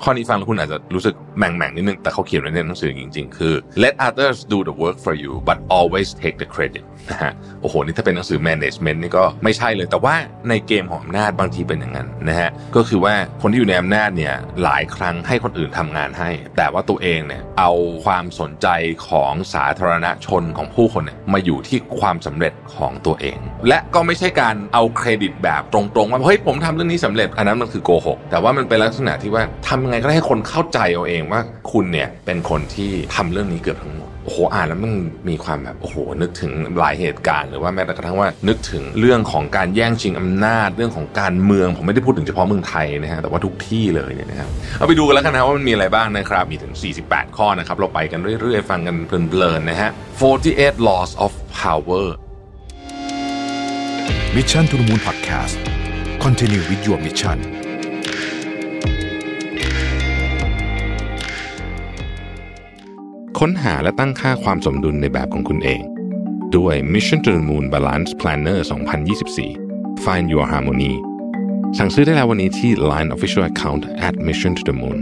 ข้อนี้ฟังแล้วคุณอาจจะรู้สึกแหม่งๆนิดนึงแต่เขาเขียนไว้ในหนังสือจริงๆคือ let others do the work for you but always take the credit นะฮะโอ้โหนี่ถ้าเป็นหนังสือ management นี่ก็ไม่ใช่เลยแต่ว่าในเกมของอำนาจบางทีเป็นอย่างนั้นนะฮะก็คือว่าคนที่อยู่ในอำนาจเนี่ยหลายครั้งให้คนอื่นทำงานให้แต่ว่าตัวเองเนี่ยเอาความสนใจของสาธารณชนของผู้คนเนี่ยมาอยู่ที่ความสำเร็จของตัวเองและก็ไม่ใช่การเอาเครดิตแบบตรงๆว่าเฮ้ยผมทำเรื่องนี้สำเร็จอันนั้นมันคือโกหกแต่ว่ามันเป็นลักษณะที่ว่าทำยังไงก็ได้ให้คนเข้าใจเอาเองว่าคุณเนี่ยเป็นคนที่ทำเรื่องนี้เกือบทั้งหมดโอ้โหอ่านแล้วมันมีความแบบโอ้โหนึกถึงหลายเหตุการณ์หรือว่าแม้แต่กระทั่งว่านึกถึงเรื่องของการแย่งชิงอำนาจเรื่องของการเมืองผมไม่ได้พูดถึงเฉพาะเมืองไทยนะฮะแต่ว่าทุกที่เลยเนี่ยนะครับเอาไปดูกันแล้วกันนะว่ามันมีอะไรบ้างนะครับมีถึง48ข้อนะครับเราไปกันเรื่อยๆฟังกันเพลินๆนะฮะ48 laws of power Mission to the Moon Podcast Continue with your mission ค้นหาและตั้งค่าความสมดุลในแบบของคุณเองด้วย Mission to the Moon Balance Planner 2024 Find Your Harmony สั่งซื้อได้แล้ววันนี้ที่ Line Official Account @Mission to the Moon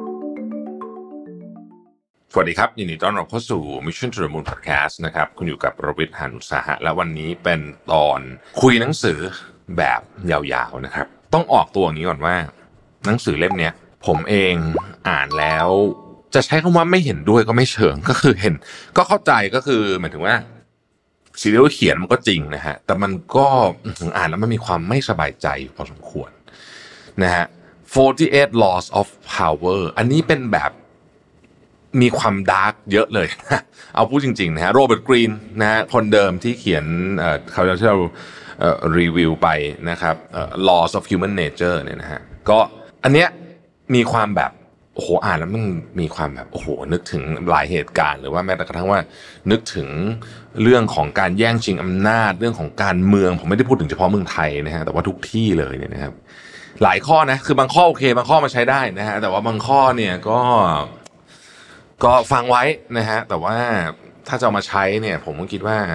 สวัสดีครับยินดีต้อนรับเข้าสู่ Mission to the Moon Podcast นะครับคุณอยู่กับประวิทย์ หาญอุตสาหะและวันนี้เป็นตอนคุยหนังสือแบบยาวๆนะครับต้องออกตัวอย่างนี้ก่อนว่าหนังสือเล่มเนี้ยผมเองอ่านแล้วจะใช้คำว่าไม่เห็นด้วยก็ไม่เชิงก็คือเห็นก็เข้าใจก็คือหมายถึงว่าสิ่งที่เขาเขียนมันก็จริงนะฮะแต่มันก็อ่านแล้วมันมีความไม่สบายใจพอสมควรนะฮะ48 laws of power อันนี้เป็นแบบมีความดาร์กเยอะเลยเอาพูดจริงๆนะฮะโรเบิร์ตกรีนนะฮะคนเดิมที่เขียนเขาที่เรารีวิวไปนะครับlaws of human nature เนี่ยนะฮะก็อันเนี้ยมีความแบบโอ้โหอ่านแล้วมันมีความแบบโอ้โหนึกถึงหลายเหตุการณ์หรือว่าแม้แต่กระทั่งว่านึกถึงเรื่องของการแย่งชิงอำนาจเรื่องของการเมืองผมไม่ได้พูดถึงเฉพาะเมืองไทยนะฮะแต่ว่าทุกที่เลยเนี่ยนะครับหลายข้อนะคือบางข้อโอเคบางข้อมาใช้ได้นะฮะแต่ว่าบางข้อเนี่ยก็ฟังไว้นะฮะแต่ว่าถ้าจะเอามาใช้เนี่ยผมก็คิดว่า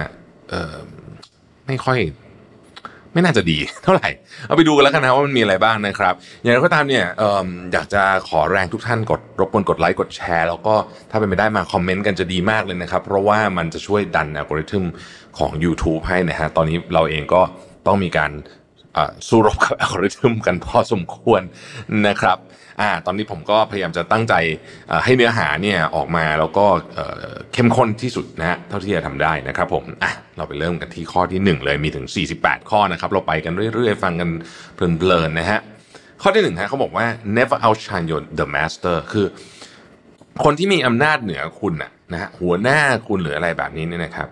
ไม่น่าจะดีเท่าไหร่เอาไปดูกันแล้วกันนะว่ามันมีอะไรบ้างนะครับอย่างไรก็ตามเนี่ยอยากจะขอแรงทุกท่านรบกวนกดไลค์กดแชร์แล้วก็ถ้าเป็นไปได้มาคอมเมนต์กันจะดีมากเลยนะครับเพราะว่ามันจะช่วยดันอัลกอริทึมของ YouTube ให้นะฮะตอนนี้เราเองก็ต้องมีการสู้รบกับอัลกอริทึมกันพอสมควรนะครับตอนนี้ผมก็พยายามจะตั้งใจให้เนื้อหาเนี่ยออกมาแล้วก็เข้มข้นที่สุดนะฮะเท่าที่จะทำได้นะครับผมเราไปเริ่มกันที่ข้อที่1เลยมีถึง48ข้อนะครับเราไปกันเรื่อยๆฟังกันเพลินๆนะฮะข้อที่1ฮะเขาบอกว่า never outshine the master คือคนที่มีอำนาจเหนือคุณนะฮะหัวหน้าคุณหรืออะไรแบบนี้เนี่ยนะครับ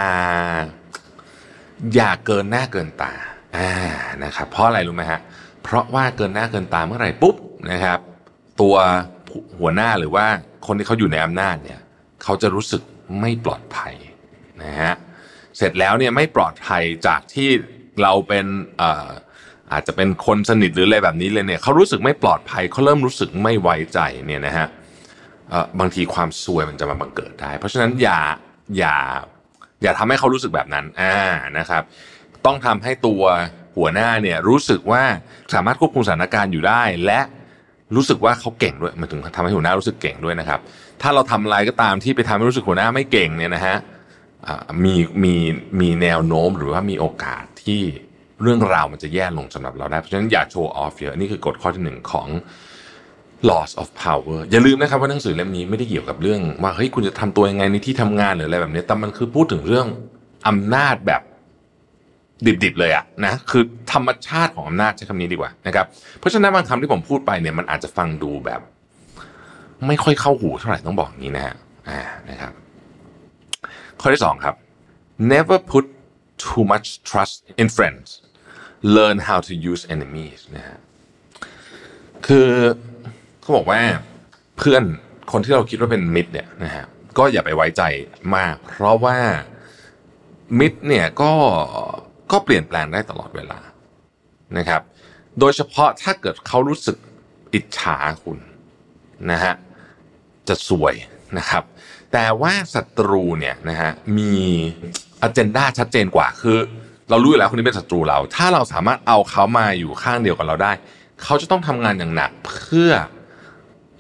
อย่าเกินหน้าเกินตานะครับเพราะอะไรรู้ไหมฮะเพราะว่าเกินหน้าเกินตาเมื่อไหร่ปุ๊บนะครับตัวหัวหน้าหรือว่าคนที่เขาอยู่ในอำนาจเนี่ยเขาจะรู้สึกไม่ปลอดภัยนะฮะเสร็จแล้วเนี่ยไม่ปลอดภัยจากที่เราเป็นอาจจะเป็นคนสนิทหรืออะไรแบบนี้เลยเนี่ยเขารู้สึกไม่ปลอดภัยเขาเริ่มรู้สึกไม่ไว้ใจเนี่ยนะฮะบางทีความซวยมันจะมาบังเกิดได้เพราะฉะนั้นอย่าทำให้เขารู้สึกแบบนั้นนะครับต้องทำให้ตัวหัวหน้าเนี่ยรู้สึกว่าสามารถควบคุมสถานการณ์อยู่ได้และรู้สึกว่าเขาเก่งด้วยหมายถึงทำให้หัวหน้ารู้สึกเก่งด้วยนะครับถ้าเราทำอะไรก็ตามที่ไปทำให้รู้สึกหัวหน้าไม่เก่งเนี่ยนะฮะมีแนวโน้มหรือว่ามีโอกาสที่เรื่องราวมันจะแย่ลงสำหรับเราได้เพราะฉะนั้นอย่าโชว์ออฟเยอะนี่คือกฎข้อที่1ของ laws of power อย่าลืมนะครับว่าหนังสือเล่มนี้ไม่ได้เกี่ยวกับเรื่องว่าเฮ้ยคุณจะทำตัวยังไงในที่ทำงานหรืออะไรแบบนี้แต่มันคือพูดถึงเรื่องอำนาจแบบดิบๆเลยนะคือธรรมชาติของอำนาจใช้คำนี้ดีกว่านะครับเพราะฉะนั้นบางคำที่ผมพูดไปเนี่ยมันอาจจะฟังดูแบบไม่ค่อยเข้าหูเท่าไหร่ต้องบอกอย่างนี้นะฮะนะครับข้อที่2ครับ never put too much trust in friends learn how to use enemies นะฮะคือเขาบอกว่าเพื่อนคนที่เราคิดว่าเป็นมิตรเนี่ยนะฮะก็อย่าไปไว้ใจมากเพราะว่ามิตรเนี่ยก็เปลี่ยนแปลงได้ตลอดเวลานะครับโดยเฉพาะถ้าเกิดเขารู้สึกอิจฉาคุณนะฮะจะซวยนะครับแต่ว่าศัตรูเนี่ยนะฮะมีอเจนดาชัดเจนกว่าคือเรารู้อยู่แล้วคนนี้เป็นศัตรูเราถ้าเราสามารถเอาเขามาอยู่ข้างเดียวกับเราได้เขาจะต้องทำงานอย่างหนักเพื่อ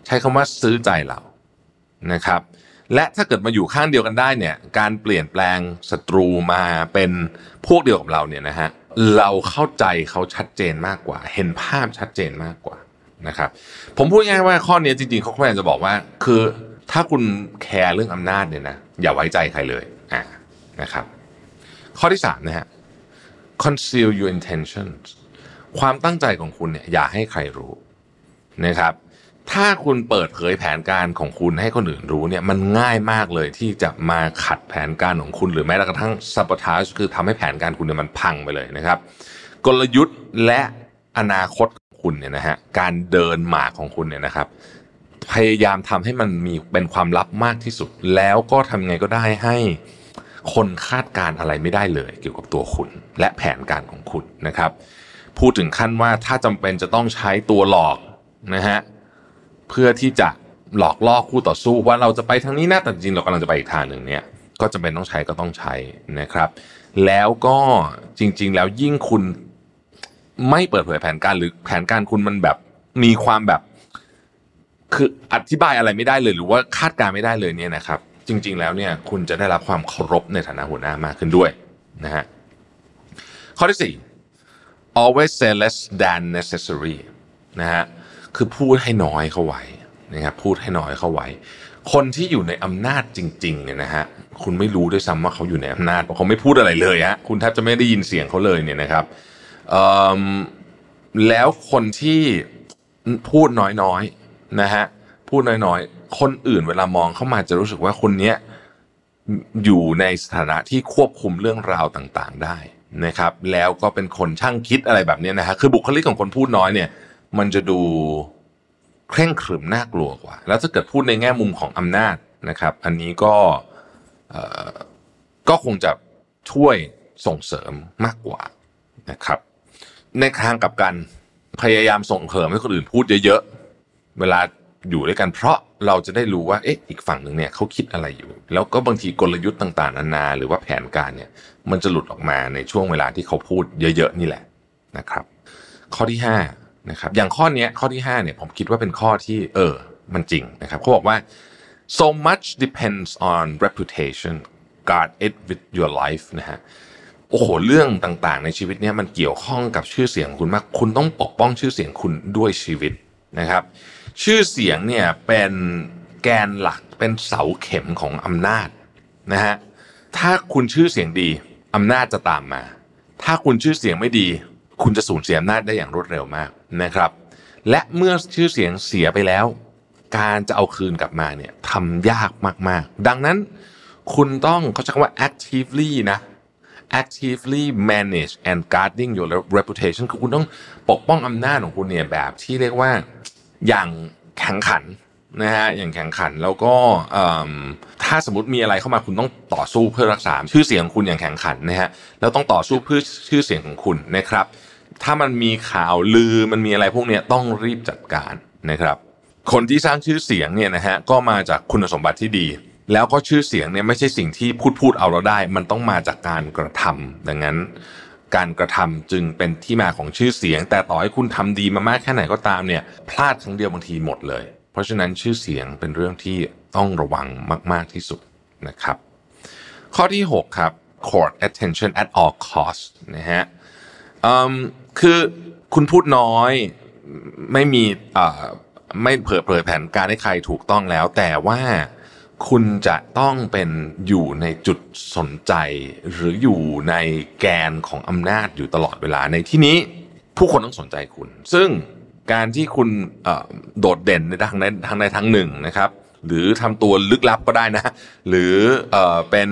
ใช้คำว่าซื้อใจเรานะครับและถ้าเกิดมาอยู่ข้างเดียวกันได้เนี่ยการเปลี่ยนแปลงศัตรูมาเป็นพวกเดียวกับเราเนี่ยนะฮะเราเข้าใจเขาชัดเจนมากกว่าเห็นภาพชัดเจนมากกว่านะครับผมพูดง่ายๆว่าข้อนี้จริงๆเขาพยายามจะบอกว่าคือถ้าคุณแคร์เรื่องอำนาจเนี่ยนะอย่าไว้ใจใครเลยนะครับข้อที่3นะฮะ conceal your intentions ความตั้งใจของคุณเนี่ยอย่าให้ใครรู้นะครับถ้าคุณเปิดเผยแผนการของคุณให้คนอื่นรู้เนี่ยมันง่ายมากเลยที่จะมาขัดแผนการของคุณหรือแม้กระทั่ง sabotage คือทำให้แผนการคุณเนี่ยมันพังไปเลยนะครับกลยุทธ์และอนาคตของคุณเนี่ยนะฮะการเดินหมากของคุณเนี่ยนะครับพยายามทำให้มันมีเป็นความลับมากที่สุดแล้วก็ทำไงก็ได้ให้คนคาดการอะไรไม่ได้เลยเกี่ยวกับตัวคุณและแผนการของคุณนะครับพูดถึงขั้นว่าถ้าจำเป็นจะต้องใช้ตัวหลอกนะฮะเพื่อที่จะหลอกล่อคู่ต่อสู้ว่าเราจะไปทางนี้นะแต่จริงเรากำลังจะไปอีกทางหนึ่งเนี่ยก็จำเป็นต้องใช้ก็ต้องใช้นะครับแล้วก็จริงๆแล้วยิ่งคุณไม่เปิดเผยแผนการหรือแผนการคุณมันแบบมีความแบบคืออธิบายอะไรไม่ได้เลยหรือว่าคาดการไม่ได้เลยเนี่ยนะครับจริงๆแล้วเนี่ยคุณจะได้รับความเคารพในฐานะหัวหน้ามากขึ้นด้วยนะฮะข้อที่4 always say less than necessary นะฮะคือพูดให้น้อยเข้าไว้นะครับพูดให้น้อยเข้าไว้คนที่อยู่ในอำนาจจริงๆเนี่ยนะฮะคุณไม่รู้ด้วยซ้ำว่าเขาอยู่ในอำนาจเพราะเขาไม่พูดอะไรเลยฮะคุณแทบจะไม่ได้ยินเสียงเขาเลยเนี่ยนะครับแล้วคนที่พูดน้อยๆนะฮะพูดน้อยๆคนอื่นเวลามองเข้ามาจะรู้สึกว่าคนเนี้ยอยู่ในสถานะที่ควบคุมเรื่องราวต่างๆได้นะครับแล้วก็เป็นคนช่างคิดอะไรแบบนี้นะฮะคือบุคลิกของคนพูดน้อยเนี่ยมันจะดูเคร่งขรึมน่ากลัวกว่าแล้วถ้าเกิดพูดในแง่มุมของอำนาจนะครับอันนี้ก็คงจะช่วยส่งเสริมมากกว่านะครับในทางกลับกันพยายามส่งเสริมให้คนอื่นพูดเยอะๆเวลาอยู่ด้วยกันเพราะเราจะได้รู้ว่าเอ๊ะอีกฝั่งหนึ่งเนี่ยเขาคิดอะไรอยู่แล้วก็บางทีกลยุทธ์ต่างๆนานาหรือว่าแผนการเนี่ยมันจะหลุดออกมาในช่วงเวลาที่เขาพูดเยอะๆนี่แหละนะครับข้อที่5นะครับอย่างข้อที่5เนี่ยผมคิดว่าเป็นข้อที่มันจริงนะครับเขาบอกว่า so much depends on reputation guard it with your life นะฮะโอ้โหเรื่องต่างๆในชีวิตเนี่ยมันเกี่ยวข้องกับชื่อเสียงของคุณมากคุณต้องปกป้องชื่อเสียงคุณด้วยชีวิตนะครับชื่อเสียงเนี่ยเป็นแกนหลักเป็นเสาเข็มของอำนาจนะฮะถ้าคุณชื่อเสียงดีอำนาจจะตามมาถ้าคุณชื่อเสียงไม่ดีคุณจะสูญเสียอำนาจได้อย่างรวดเร็วมากนะครับและเมื่อชื่อเสียงเสียไปแล้วการจะเอาคืนกลับมาเนี่ยทำยากมากๆดังนั้นคุณต้องเขาใช้คำว่า actively manage and guarding your reputation คือคุณต้องปกป้องอำนาจของคุณเนี่ยแบบที่เรียกว่าอย่างแข่งขันนะฮะอย่างแข่งขันแล้วก็ถ้าสมมติมีอะไรเข้ามาคุณต้องต่อสู้เพื่อรักษาชื่อเสียงของคุณอย่างแข่งขันนะฮะแล้วต้องต่อสู้เพื่อชื่อเสียงของคุณนะครับถ้ามันมีข่าวลือมันมีอะไรพวกนี้ต้องรีบจัดการนะครับคนที่สร้างชื่อเสียงเนี่ยนะฮะก็มาจากคุณสมบัติที่ดีแล้วก็ชื่อเสียงเนี่ยไม่ใช่สิ่งที่พูดเอาเราได้มันต้องมาจากการกระทำดังนั้นการกระทำจึงเป็นที่มาของชื่อเสียงแต่ต่อให้คุณทำดีมามากแค่ไหนก็ตามเนี่ยพลาดครั้งเดียวบางทีหมดเลยเพราะฉะนั้นชื่อเสียงเป็นเรื่องที่ต้องระวังมากๆที่สุดนะครับข้อที่6ครับ court attention at all costs นะฮะคือคุณพูดน้อยไม่มีไม่เผยแผนการให้ใครถูกต้องแล้วแต่ว่าคุณจะต้องเป็นอยู่ในจุดสนใจหรืออยู่ในแกนของอำนาจอยู่ตลอดเวลาในที่นี้ผู้คนต้องสนใจคุณซึ่งการที่คุณโดดเด่นในทางใดทางหนึ่งนะครับหรือทำตัวลึกลับก็ได้นะหรือเป็น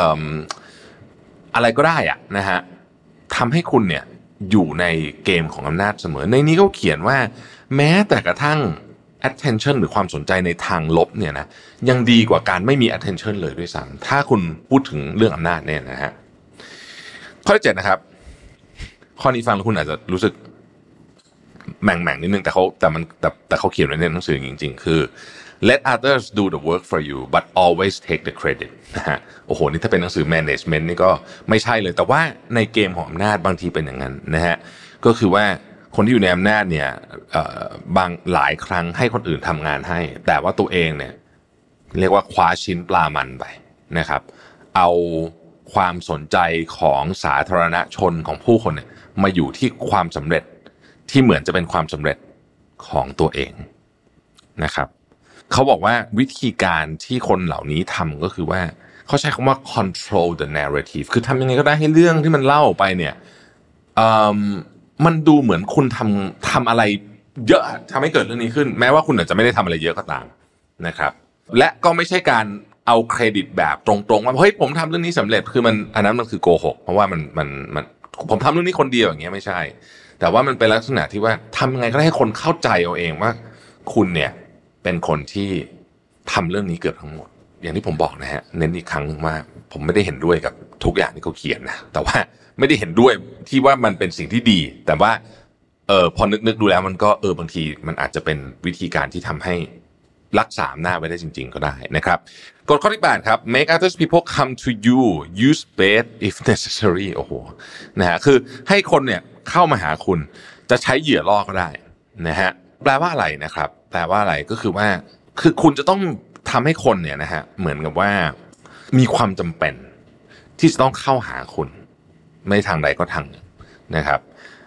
อะไรก็ได้อะนะฮะทำให้คุณเนี่ยอยู่ในเกมของอำนาจเสมอในนี้เขาเขียนว่าแม้แต่กระทั่ง attention หรือความสนใจในทางลบเนี่ยนะยังดีกว่าการไม่มี attention เลยด้วยซ้ำถ้าคุณพูดถึงเรื่องอำนาจเนี่ยนะฮะข้อที่7นะครับข้อนี้ฟังแล้วคุณอาจจะรู้สึกแหม่งนิดนึงแต่เขาเขียนไว้ในหนังสือจริงๆคือ let others do the work for you but always take the credit นะฮะโอ้โหนี่ถ้าเป็นหนังสือ management นี่ก็ไม่ใช่เลยแต่ว่าในเกมของอำนาจบางทีเป็นอย่างนั้นนะฮะก็คือว่าคนที่อยู่ในอำนาจเนี่ยบางหลายครั้งให้คนอื่นทำงานให้แต่ว่าตัวเองเนี่ยเรียกว่าคว้าชิ้นปลามันไปนะครับเอาความสนใจของสาธารณชนของผู้คนเนี่ยมาอยู่ที่ความสำเร็จที่เหมือนจะเป็นความสำเร็จของตัวเองนะครับเขาบอกว่าวิธีการที่คนเหล่านี้ทำก็คือว่าเขาใช้คำว่า control the narrative คือทำยังไงก็ได้ให้เรื่องที่มันเล่าไปเนี่ยมันดูเหมือนคุณทำอะไรเยอะทำให้เกิดเรื่องนี้ขึ้นแม้ว่าคุณอาจจะไม่ได้ทำอะไรเยอะก็ตามนะครับและก็ไม่ใช่การเอาเครดิตแบบตรงๆว่าเฮ้ยผมทำเรื่องนี้สำเร็จคือมันอันนั้นมันคือโกหกเพราะว่ามันผมทำเรื่องนี้คนเดียวอย่างเงี้ยไม่ใช่แต่ว่ามันเป็นลักษณะที่ว่าทำยังไงก็ได้ให้คนเข้าใจเอาเองว่าคุณเนี่ยเป็นคนที่ทำเรื่องนี้เกือบทั้งหมดอย่างที่ผมบอกนะฮะเน้นอีกครั้งว่าผมไม่ได้เห็นด้วยกับทุกอย่างที่เขาเขียนนะแต่ว่าไม่ได้เห็นด้วยที่ว่ามันเป็นสิ่งที่ดีแต่ว่าพอนึกดูแล้วมันก็บางทีมันอาจจะเป็นวิธีการที่ทำให้รักษาอำนาจไว้ได้จริงๆก็ได้นะครับกฎข้อที่ 8ครับ make others people come to you use bait if necessary โอ้โหนะฮะคือให้คนเนี่ยเข้ามาหาคุณจะใช้เหยื่อล่อก็ได้นะฮะแปลว่าอะไรนะครับแปลว่าอะไรก็คือว่าคือคุณจะต้องทำให้คนเนี่ยนะฮะเหมือนกับว่ามีความจำเป็นที่จะต้องเข้าหาคุณไม่ทางใดก็ทางหนึ่งนะครับ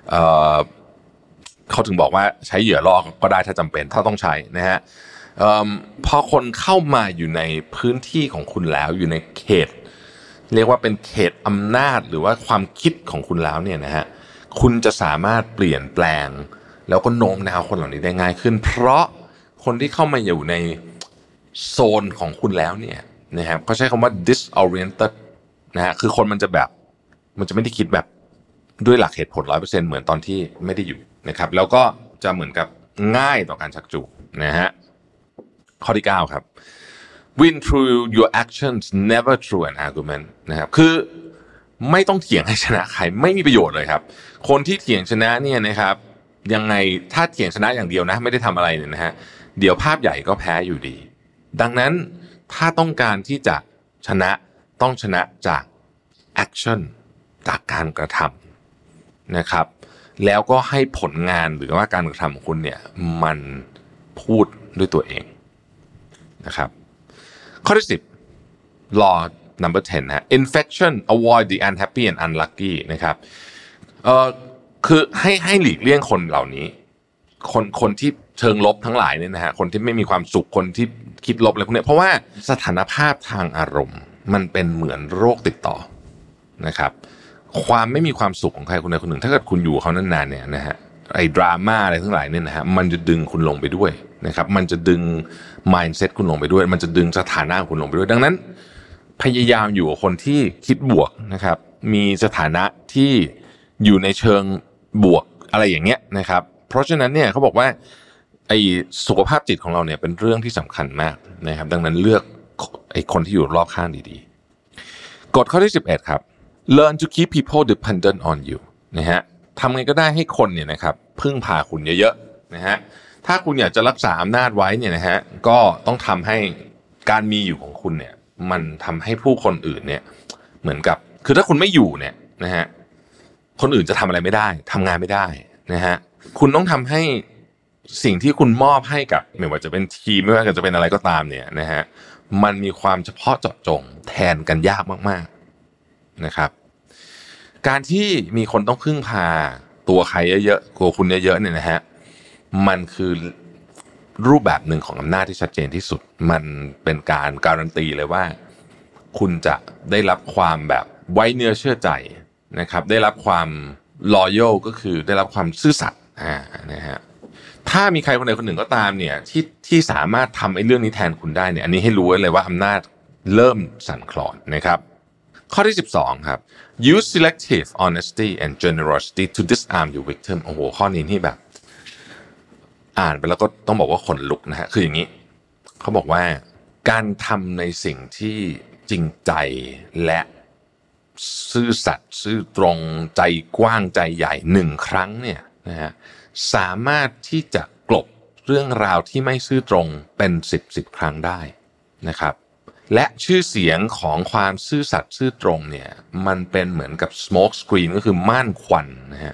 เขาถึงบอกว่าใช้เหยื่อล่อก็ได้ถ้าจำเป็นถ้าต้องใช้นะฮะพอคนเข้ามาอยู่ในพื้นที่ของคุณแล้วอยู่ในเขตเรียกว่าเป็นเขตอำนาจหรือว่าความคิดของคุณแล้วเนี่ยนะฮะคุณจะสามารถเปลี่ยนแปลงแล้วก็โน้มน้าวคนเหล่านี้ได้ง่ายขึ้นเพราะคนที่เข้ามาอยู่ในโซนของคุณแล้วเนี่ยนะครับเขาใช้คำว่า disoriented นะฮะคือคนมันจะไม่ได้คิดแบบด้วยหลักเหตุผล 100% เหมือนตอนที่ไม่ได้อยู่นะครับแล้วก็จะเหมือนกับง่ายต่อการชักจูงนะฮะข้อที่ 9ครับ win through your actions never through an argument นะครับคือไม่ต้องเถียงให้ชนะใครไม่มีประโยชน์เลยครับคนที่เถียงชนะเนี่ยนะครับยังไงถ้าเถียงชนะอย่างเดียวนะไม่ได้ทำอะไรเนี่ยนะฮะเดี๋ยวภาพใหญ่ก็แพ้อยู่ดีดังนั้นถ้าต้องการที่จะชนะต้องชนะจาก action จากการกระทำนะครับแล้วก็ให้ผลงานหรือว่าการกระทำของคุณเนี่ยมันพูดด้วยตัวเองนะครับข้อที่ 10 law number 10 นะ infection avoid the unhappy and unlucky นะครับคือให้หลีกเลี่ยงคนเหล่านี้คนที่เชิงลบทั้งหลายเนี่ยนะฮะคนที่ไม่มีความสุขคนที่คิดลบอะไรพวกนี้เพราะว่าสถานภาพทางอารมณ์มันเป็นเหมือนโรคติดต่อนะครับความไม่มีความสุขของใครคนใดคนหนึ่งถ้าเกิดคุณอยู่เขานานๆเนี่ยนะฮะไอ้ดราม่าอะไรทั้งหลายเนี่ยนะฮะมันจะดึงคุณลงไปด้วยนะครับมันจะดึง mindset คุณลงไปด้วยมันจะดึงสถานะคุณลงไปด้วยดังนั้นพยายามอยู่กับคนที่คิดบวกนะครับมีสถานะที่อยู่ในเชิงบวกอะไรอย่างเงี้ยนะครับเพราะฉะนั้นเนี่ยเขาบอกว่าไอ้สุขภาพจิตของเราเนี่ยเป็นเรื่องที่สำคัญมากนะครับดังนั้นเลือกไอ้คนที่อยู่รอบข้างดีๆกฎข้อที่ 11 ครับ learn to keep people dependent on you นะฮะทำไงก็ได้ให้คนเนี่ยนะครับพึ่งพาคุณเยอะๆนะฮะถ้าคุณอยากจะรักษาอำนาจไว้เนี่ยนะฮะก็ต้องทำให้การมีอยู่ของคุณเนี่ยมันทำให้ผู้คนอื่นเนี่ยเหมือนกับคือถ้าคุณไม่อยู่เนี่ยนะฮะคนอื่นจะทำอะไรไม่ได้ทำงานไม่ได้นะฮะคุณต้องทำให้สิ่งที่คุณมอบให้กับไม่ว่าจะเป็นทีมไม่ว่าจะเป็นอะไรก็ตามเนี่ยนะฮะมันมีความเฉพาะเจาะจงแทนกันยากมากๆนะครับการที่มีคนต้องพึ่งพาตัวใครเยอะๆตัวคุณเยอะๆเนี่ยนะฮะมันคือรูปแบบหนึ่งของอำนาจที่ชัดเจนที่สุดมันเป็นการการันตีเลยว่าคุณจะได้รับความแบบไว้เนื้อเชื่อใจนะครับได้รับความ loyal ก็คือได้รับความซื่อสัตย์นะฮะถ้ามีใครคนใดคนหนึ่งก็ตามเนี่ยที่สามารถทำไอ้เรื่องนี้แทนคุณได้เนี่ยอันนี้ให้รู้ไว้เลยว่าอำนาจเริ่มสั่นคลอนนะครับข้อที่ 12 ครับ use selective honesty and generosity to disarm your victim โอ้โหข้อนี้ที่แบบอ่านไปแล้วก็ต้องบอกว่าขนลุกนะฮะคืออย่างนี้เขาบอกว่าการทำในสิ่งที่จริงใจและซื่อสัตย์ซื่อตรงใจกว้างใจใหญ่1 ครั้งเนี่ยนะฮะสามารถที่จะกลบเรื่องราวที่ไม่ซื่อตรงเป็น10 ครั้งได้นะครับและชื่อเสียงของความซื่อสัตย์ซื่อตรงเนี่ยมันเป็นเหมือนกับ smoke screen ก็คือม่านควันนะฮะ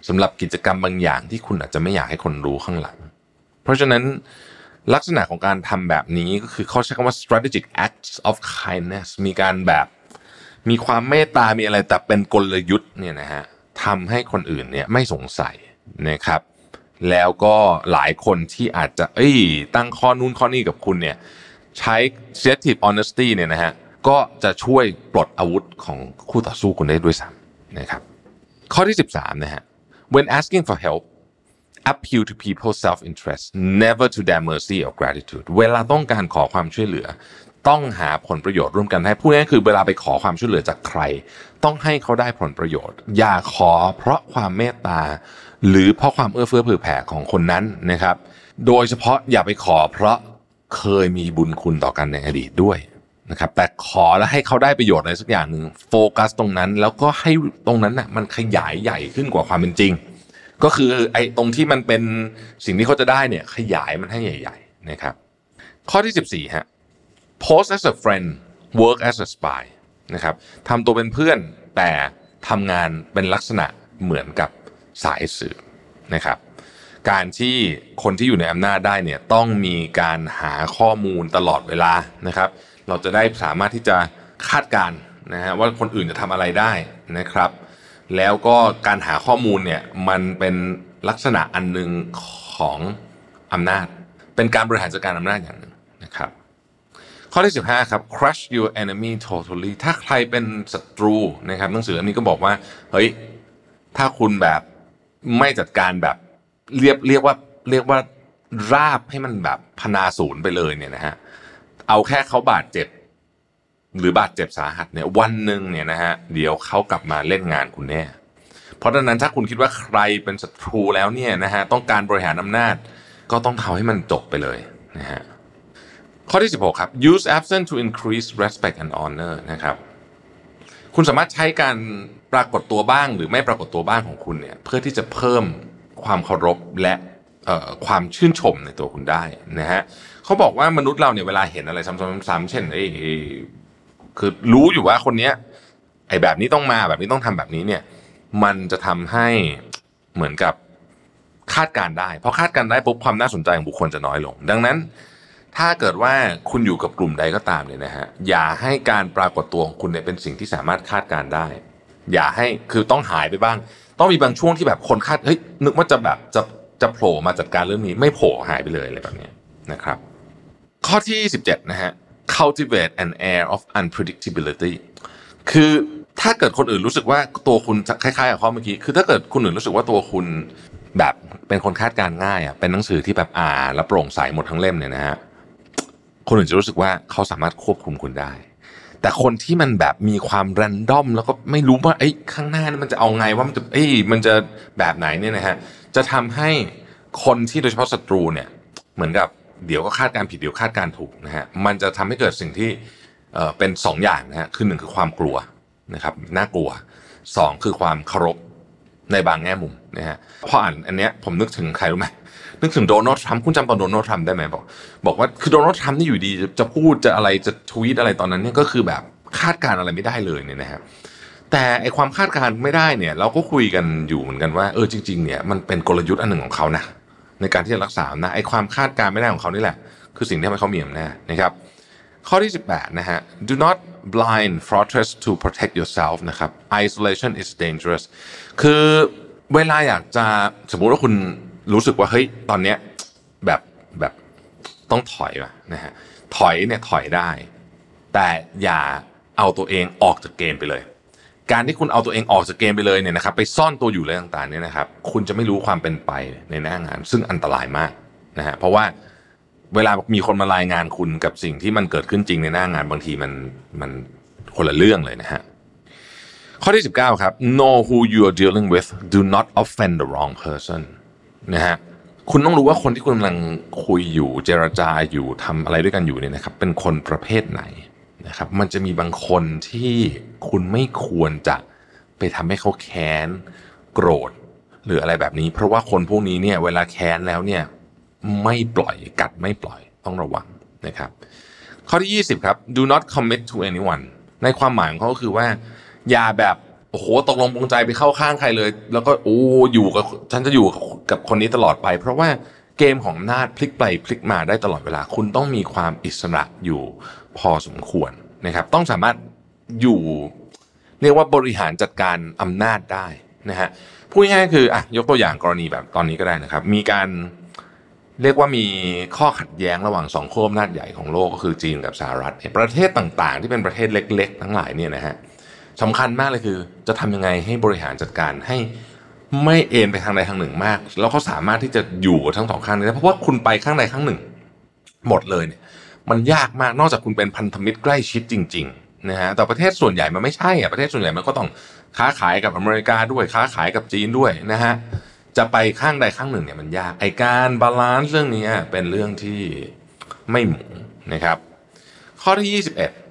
สำหรับกิจกรรมบางอย่างที่คุณอาจจะไม่อยากให้คนรู้ข้างหลังเพราะฉะนั้นลักษณะของการทำแบบนี้ก็คือเขาใช้คำว่า strategic acts of kindness มีการแบบมีความเมตตามีอะไรแต่เป็นกลยุทธ์เนี่ยนะฮะทำให้คนอื่นเนี่ยไม่สงสัยนะครับแล้วก็หลายคนที่อาจจะตั้งข้อนู้นข้อนี้กับคุณเนี่ยใช้ selective honesty เนี่ยนะฮะก็จะช่วยปลดอาวุธของคู่ต่อสู้คุณได้ด้วยซ้ำนะครับข้อที่13นะฮะ when asking for help appeal to people's self-interest never to their mercy or gratitude เวลาต้องการขอความช่วยเหลือต้องหาผลประโยชน์ร่วมกันให้พูดง่ายๆคือเวลาไปขอความช่วยเหลือจากใครต้องให้เขาได้ผลประโยชน์อย่าขอเพราะความเมตตาหรือเพราะความเอื้อเฟื้อเผื่อแผ่ของคนนั้นนะครับโดยเฉพาะอย่าไปขอเพราะเคยมีบุญคุณต่อกันในอดีตด้วยนะครับแต่ขอแล้วให้เขาได้ประโยชน์อะไรสักอย่างหนึ่งโฟกัสตรงนั้นแล้วก็ให้ตรงนั้นน่ะมันขยายใหญ่ขึ้นกว่าความเป็นจริงก็คือไอ้ตรงที่มันเป็นสิ่งที่เขาจะได้เนี่ยขยายมันให้ใหญ่ๆนะครับข้อที่14ฮะ Pose as a friend work as a spy นะครับทำตัวเป็นเพื่อนแต่ทำงานเป็นลักษณะเหมือนกับสายสืบนะครับการที่คนที่อยู่ในอำนาจได้เนี่ยต้องมีการหาข้อมูลตลอดเวลานะครับเราจะได้สามารถที่จะคาดการณ์นะฮะว่าคนอื่นจะทำอะไรได้นะครับแล้วก็การหาข้อมูลเนี่ยมันเป็นลักษณะอันหนึ่งของอำนาจเป็นการบริหารจัดการอำนาจอย่างหนึ่งนะครับข้อที่15ครับ crush your enemy totally ถ้าใครเป็นศัตรูนะครับหนังสืออันนี้ก็บอกว่าเฮ้ยถ้าคุณแบบไม่จัดการแบบเรียกว่าราบให้มันแบบพนาศูนย์ไปเลยเนี่ยนะฮะเอาแค่เขาบาดเจ็บหรือบาดเจ็บสาหัสเนี่ยวันหนึ่งเนี่ยนะฮะเดี๋ยวเขากลับมาเล่นงานคุณแน่เพราะฉะนั้นถ้าคุณคิดว่าใครเป็นศัตรูแล้วเนี่ยนะฮะต้องการบริหารอำนาจก็ต้องทำให้มันจบไปเลยนะฮะข้อที่16ครับ use absence to increase respect and honor นะครับคุณสามารถใช้การปรากฏตัวบ้างหรือไม่ปรากฏตัวบ้างของคุณเนี่ยเพื่อที่จะเพิ่มความเคารพและความชื่นชมในตัวคุณได้นะฮะเขาบอกว่ามนุษย์เราเนี่ยเวลาเห็นอะไรซ้ำๆเช่นคือรู้อยู่ว่าคนเนี้ยไอ้แบบนี้ต้องมาแบบนี้ต้องทำแบบนี้เนี่ยมันจะทำให้เหมือนกับคาดการได้พอคาดการได้ปุ๊บความน่าสนใจของบุคคลจะน้อยลงดังนั้นถ้าเกิดว่าคุณอยู่กับกลุ่มใดก็ตามเนี่ยนะฮะอย่าให้การปรากฏตัวของคุณเนี่ยเป็นสิ่งที่สามารถคาดการได้อย่าให้คือต้องหายไปบ้างต้องมีบางช่วงที่แบบคนคาดนึกว่าจะแบบจะโผล่มาจัดการเรื่องนี้ไม่โผล่หายไปเลยอะไรแบบนี้นะครับข้อที่17นะฮะ cultivate an air of unpredictability คือถ้าเกิดคนอื่นรู้สึกว่าตัวคุณคล้ายๆกับข้อเมื่อกี้คือถ้าเกิดคนอื่นรู้สึกว่าตัวคุณแบบเป็นคนคาดการง่ายอ่ะเป็นหนังสือที่แบบอ่านแล้วโปร่งใสหมดทั้งเล่มเนี่ยนะฮะคนอื่นจะรู้สึกว่าเขาสามารถควบคุมคุณได้แต่คนที่มันแบบมีความแรนดอมแล้วก็ไม่รู้ว่าข้างหน้ามันจะเอาไงว่ามันจะแบบไหนเนี่ยนะฮะจะทำให้คนที่โดยเฉพาะศัตรูเนี่ยเหมือนกับเดี๋ยวก็คาดการผิดเดี๋ยวคาดการถูกนะฮะมันจะทำให้เกิดสิ่งที่เป็น2อย่างนะฮะคือ1คือความกลัวนะครับน่ากลัว2คือความเคารพในบางแง่มุมนะฮะพออ่านอันเนี้ยผมนึกถึงใครรู้ไหมนึกถึงโดนัลด์ทรัมป์คุณจำตอนโดนัลด์ทรัมป์ได้ไหมบอกว่าคือโดนัลด์ทรัมป์นี่อยู่ดีจะพูดจะอะไรจะทวีตอะไรตอนนั้นเนี่ยก็คือแบบคาดการอะไรไม่ได้เลยเนี่ยนะฮะแต่ไอความคาดการไม่ได้เนี่ยเราก็คุยกันอยู่เหมือนกันว่าจริงๆเนี่ยมันเป็นกลยุทธ์อันหนึ่งของเขานะในการที่จะรักษาอำนาจไอความคาดการไม่ได้ของเขานี่แหละคือสิ่งที่ทำให้เขามีอำนาจนะครับข้อที่18นะฮะ do not blind fortress to protect yourself นะครับ isolation is dangerous คือเวลาอยากจะสมมุติว่าคุณรู้สึกว่าเฮ้ยตอนเนี้ยแบบต้องถอยว่ะนะฮะถอยได้แต่อย่าเอาตัวเองออกจากเกมไปเลยการที่คุณเอาตัวเองออกจากเกมไปเลยเนี่ยนะครับไปซ่อนตัวอยู่อะไรต่างๆเนี่ยนะครับคุณจะไม่รู้ความเป็นไปในหน้างานซึ่งอันตรายมากนะฮะเพราะว่าเวลามีคนมารายงานคุณกับสิ่งที่มันเกิดขึ้นจริงในหน้างานบางทีมันคนละเรื่องเลยนะฮะข้อที่19ครับ know who you are dealing with do not offend the wrong person นะฮะคุณต้องรู้ว่าคนที่คุณกำลังคุยอยู่เจรจาอยู่ทำอะไรด้วยกันอยู่เนี่ยนะครับเป็นคนประเภทไหนนะครับมันจะมีบางคนที่คุณไม่ควรจะไปทำให้เขาแค้นโกรธหรืออะไรแบบนี้เพราะว่าคนพวกนี้เนี่ยเวลาแค้นแล้วเนี่ยไม่ปล่อยกัดไม่ปล่อยต้องระวังนะครับข้อที่20ครับ do not commit to anyone ในความหมายของเขาก็คือว่าอย่าแบบโอ้โหตกลงปลงใจไปเข้าข้างใครเลยแล้วก็อยู่กับฉันจะอยู่กับคนนี้ตลอดไปเพราะว่าเกมของอำนาจพลิกไปพลิกมาได้ตลอดเวลาคุณต้องมีความอิสระอยู่พอสมควรนะครับต้องสามารถอยู่เรียกว่าบริหารจัดการอำนาจได้นะฮะพูดง่ายๆคือยกตัวอย่างกรณีแบบตอนนี้ก็ได้นะครับมีการเรียกว่ามีข้อขัดแย้งระหว่างสองขั้วอำนาจใหญ่ของโลกก็คือจีนกับสหรัฐประเทศต่างๆที่เป็นประเทศเล็กๆทั้งหลายเนี่ยนะฮะสำคัญมากเลยคือจะทำยังไงให้บริหารจัดการให้ไม่เอ็นไปทางใดทางหนึ่งมากแล้วเขาสามารถที่จะอยู่ทั้งสองข้างได้เพราะว่าคุณไปข้างใดข้างหนึ่งหมดเลยเนี่ยมันยากมากนอกจากคุณเป็นพันธมิตรใกล้ชิดจริงๆนะฮะแต่ประเทศส่วนใหญ่มันไม่ใช่ประเทศส่วนใหญ่มันก็ต้องค้าขายกับอเมริกาด้วยค้าขายกับจีนด้วยนะฮะจะไปข้างใดข้างหนึ่งเนี่ยมันยากไอการบาลานซ์เรื่องนี้เป็นเรื่องที่ไม่หมูนะครับข้อที่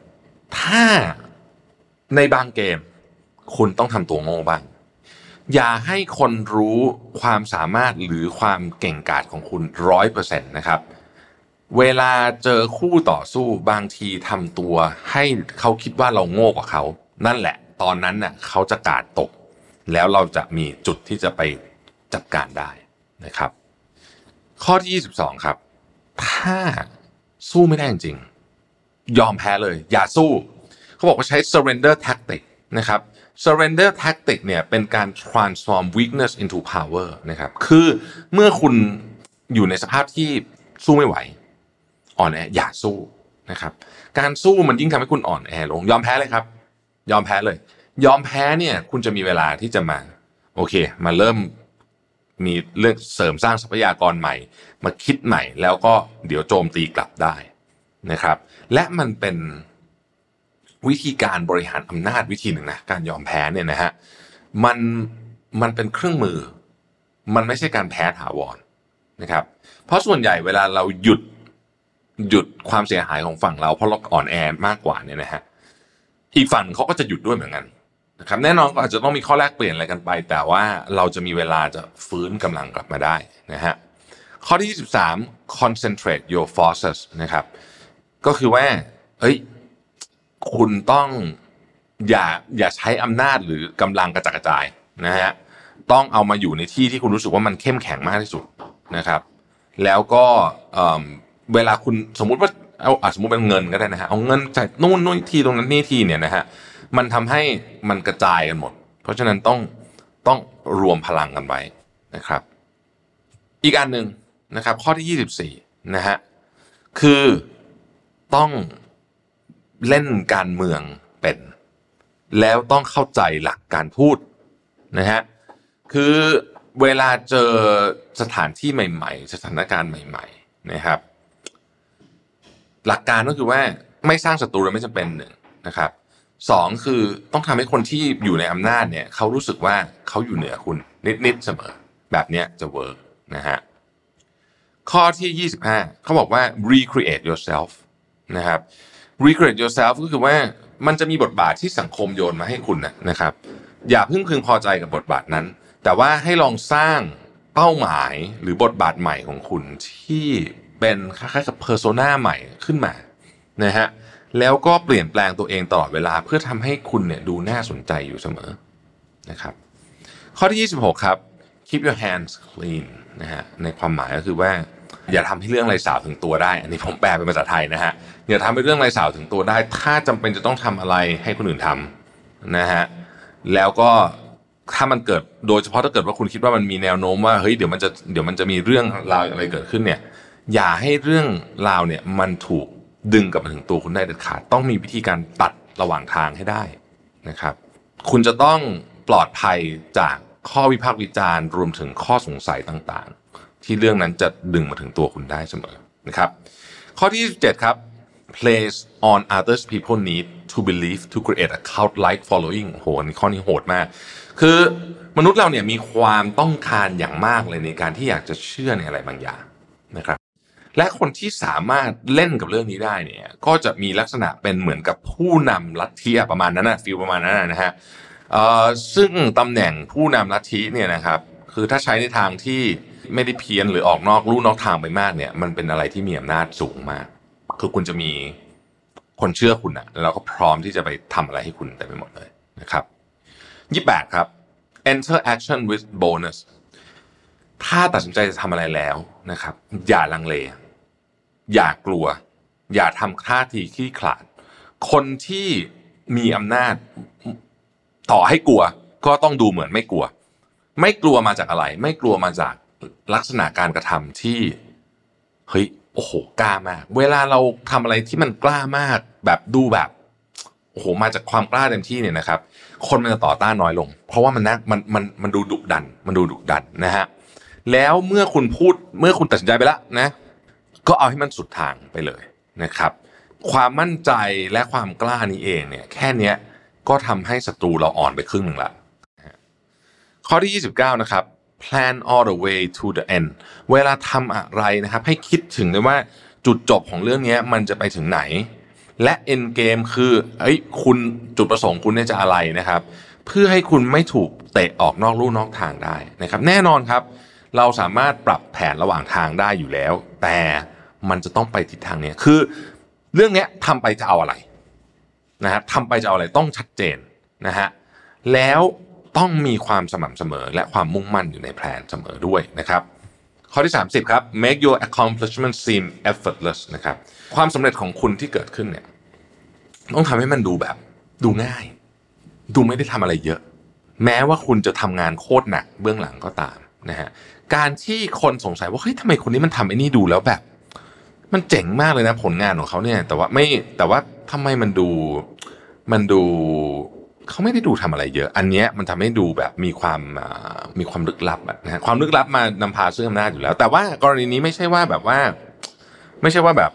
21ถ้าในบางเกมคุณต้องทำตัวโง่บ้างอย่าให้คนรู้ความสามารถหรือความเก่งกาจของคุณ100%นะครับเวลาเจอคู่ต่อสู้บางทีทำตัวให้เขาคิดว่าเราโง่กว่าเขานั่นแหละตอนนั้นน่ะเขาจะกาดตกแล้วเราจะมีจุดที่จะไปจัดการได้นะครับข้อที่22ครับถ้าสู้ไม่ได้จริงยอมแพ้เลยอย่าสู้เขาบอกว่าใช้ surrender tactic นะครับ surrender tactic เนี่ยเป็นการ transform weakness into power นะครับคือเมื่อคุณอยู่ในสภาพที่สู้ไม่ไหวอ่อนแออย่าสู้นะครับการสู้มันยิ่งทำให้คุณอ่อนแอลงยอมแพ้เลยครับยอมแพ้เลยยอมแพ้เนี่ยคุณจะมีเวลาที่จะมาโอเคมาเริ่มมีเรื่องเสริมสร้างทรัพยากรใหม่มาคิดใหม่แล้วก็เดี๋ยวโจมตีกลับได้นะครับและมันเป็นวิธีการบริหารอำนาจวิธีหนึ่งนะการยอมแพ้เนี่ยนะฮะมันเป็นเครื่องมือมันไม่ใช่การแพ้ถาวรนะครับเพราะส่วนใหญ่เวลาเราหยุดความเสียหายของฝั่งเราเพราะเราอ่อนแอมากกว่าเนี่ยนะฮะอีกฝั่งเขาก็จะหยุดด้วยเหมือนกันนะครับแน่นอนก็อาจจะต้องมีข้อแลกเปลี่ยนอะไรกันไปแต่ว่าเราจะมีเวลาจะฟื้นกำลังกลับมาได้นะฮะข้อที่23 concentrate your forces นะครับก็คือว่าคุณต้องอย่าใช้อำนาจหรือกำลังกระจัดกระจายนะฮะต้องเอามาอยู่ในที่ที่คุณรู้สึกว่ามันเข้มแข็งมากที่สุดนะครับแล้วก็เวลาคุณสมมุติว่าสมมุติเป็นเงินก็ได้นะฮะเอาเงินจากนู่นทีตรงนั้นนี่ทีเนี่ยนะฮะมันทำให้มันกระจายกันหมดเพราะฉะนั้นต้องรวมพลังกันไว้นะครับอีกอันหนึ่งนะครับข้อที่24นะฮะคือต้องเล่นการเมืองเป็นแล้วต้องเข้าใจหลักการพูดนะฮะคือเวลาเจอสถานที่ใหม่ๆสถานการณ์ใหม่ๆนะครับหลักการก็คือว่าไม่สร้างศัตรูโดยไม่จำเป็นหนึ่งนะครับสองคือต้องทำให้คนที่อยู่ในอำนาจเนี่ยเขารู้สึกว่าเขาอยู่เหนือคุณนิดเสมอแบบเนี้ยจะเวิร์กนะฮะข้อที่25เขาบอกว่า recreate yourself นะครับ recreate yourself ก็คือว่ามันจะมีบทบาทที่สังคมโยนมาให้คุณนะครับอย่าเพิ่งพึงพอใจกับบทบาทนั้นแต่ว่าให้ลองสร้างเป้าหมายหรือบทบาทใหม่ของคุณที่เป็นคล้ายๆกับ persona ใหม่ขึ้นมานะฮะแล้วก็เปลี่ยนแปลงตัวเองตลอดเวลาเพื่อทำให้คุณเนี่ยดูน่าสนใจอยู่เสมอนะครับข้อที่26ครับ keep your hands clean นะฮะในความหมายก็คือว่าอย่าทำให้เรื่องไรสาวถึงตัวได้อันนี้ผมแปลเป็นภาษาไทยนะฮะอย่าทำให้เรื่องไรสาวถึงตัวได้ถ้าจำเป็นจะต้องทำอะไรให้คนอื่นทำนะฮะแล้วก็ถ้ามันเกิดโดยเฉพาะถ้าเกิดว่าคุณคิดว่ามันมีแนวโน้มว่าเฮ้ยเดี๋ยวมันจะมีเรื่องราวอะไรเกิดขึ้นเนี่ยอย่าให้เรื่องราวเนี่ยมันถูกดึงกลับมาถึงตัวคุณได้เด็ดขาดต้องมีวิธีการตัดระหว่างทางให้ได้นะครับคุณจะต้องปลอดภัยจากข้อวิพากษ์วิจารณ์รวมถึงข้อสงสัยต่างๆที่เรื่องนั้นจะดึงมาถึงตัวคุณได้เสมอนะครับข้อที่27ครับ place on others people need to believe to create a cult like following โหอันนี้ข้อนี้โหดมากคือมนุษย์เราเนี่ยมีความต้องการอย่างมากเลยในการที่อยากจะเชื่อในอะไรบางอย่างนะครับและคนที่สามารถเล่นกับเรื่องนี้ได้เนี่ยก็จะมีลักษณะเป็นเหมือนกับผู้นำลัทธิประมาณนั้นนะฟีลประมาณนั้นนะฮะซึ่งตำแหน่งผู้นำลัทธิเนี่ยนะครับคือถ้าใช้ในทางที่ไม่ได้เพี้ยนหรือออกนอกลู่นอกทางไปมากเนี่ยมันเป็นอะไรที่มีอำนาจสูงมากคือคุณจะมีคนเชื่อคุณแล้วก็พร้อมที่จะไปทำอะไรให้คุณเต็มไปหมดเลยนะครับ 28ครับ enter action with bonus ถ้าตัดสินใจจะทำอะไรแล้วนะครับอย่าลังเลอย่ากลัวอย่าทำท่าทีขี้ขลาดคนที่มีอำนาจต่อให้กลัวก็ต้องดูเหมือนไม่กลัวไม่กลัวมาจากอะไรไม่กลัวมาจากลักษณะการกระทำที่เฮ้ยโอ้โหกล้ามากเวลาเราทำอะไรที่มันกล้ามากแบบดูแบบโอ้โหมาจากความกล้าเต็มที่เนี่ยนะครับคนมันจะต่อต้านน้อยลงเพราะว่ามันดูดุดันมันดูดุดันนะฮะแล้วเมื่อคุณตัดสินใจไปแล้วนะก็เอาให้มันสุดทางไปเลยนะครับความมั่นใจและความกล้านี้เองเนี่ยแค่เนี้ยก็ทำให้ศัตรูเราอ่อนไปครึ่งหนึ่งละข้อที่29นะครับ plan all the way to the end เวลาทำอะไรนะครับให้คิดถึงด้วยว่าจุดจบของเรื่องนี้มันจะไปถึงไหนและ end game คือคุณจุดประสงค์คุณเนี่ยจะอะไรนะครับเพื่อให้คุณไม่ถูกเตะออกนอกลู่นอกทางได้นะครับแน่นอนครับเราสามารถปรับแผนระหว่างทางได้อยู่แล้วแต่มันจะต้องไปทิศทางนี้คือเรื่องนี้ทำไปจะเอาอะไรนะครับทำไปจะเอาอะไรต้องชัดเจนนะฮะแล้วต้องมีความสม่ำเสมอและความมุ่งมั่นอยู่ในแผนเสมอด้วยนะครับข้อที่30ครับ make your accomplishment seem effortless นะครับความสำเร็จของคุณที่เกิดขึ้นเนี่ยต้องทำให้มันดูง่ายดูไม่ได้ทำอะไรเยอะแม้ว่าคุณจะทำงานโคตรหนักเบื้องหลังก็ตามนะฮะการที่คนสงสัยว่าเฮ้ยทำไมคนนี้มันทำไอ้นี่ดูแล้วแบบมันเจ๋งมากเลยนะผลงานของเขาเนี่ยแต่ว่าทำไมมันดูเขาไม่ได้ดูทำอะไรเยอะอันเนี้ยมันทำให้ดูแบบมีความลึกลับนะฮะความลึกลับมานำพาซึ่งอำนาจอยู่แล้วแต่ว่ากรณีนี้ไม่ใช่ว่าแบบ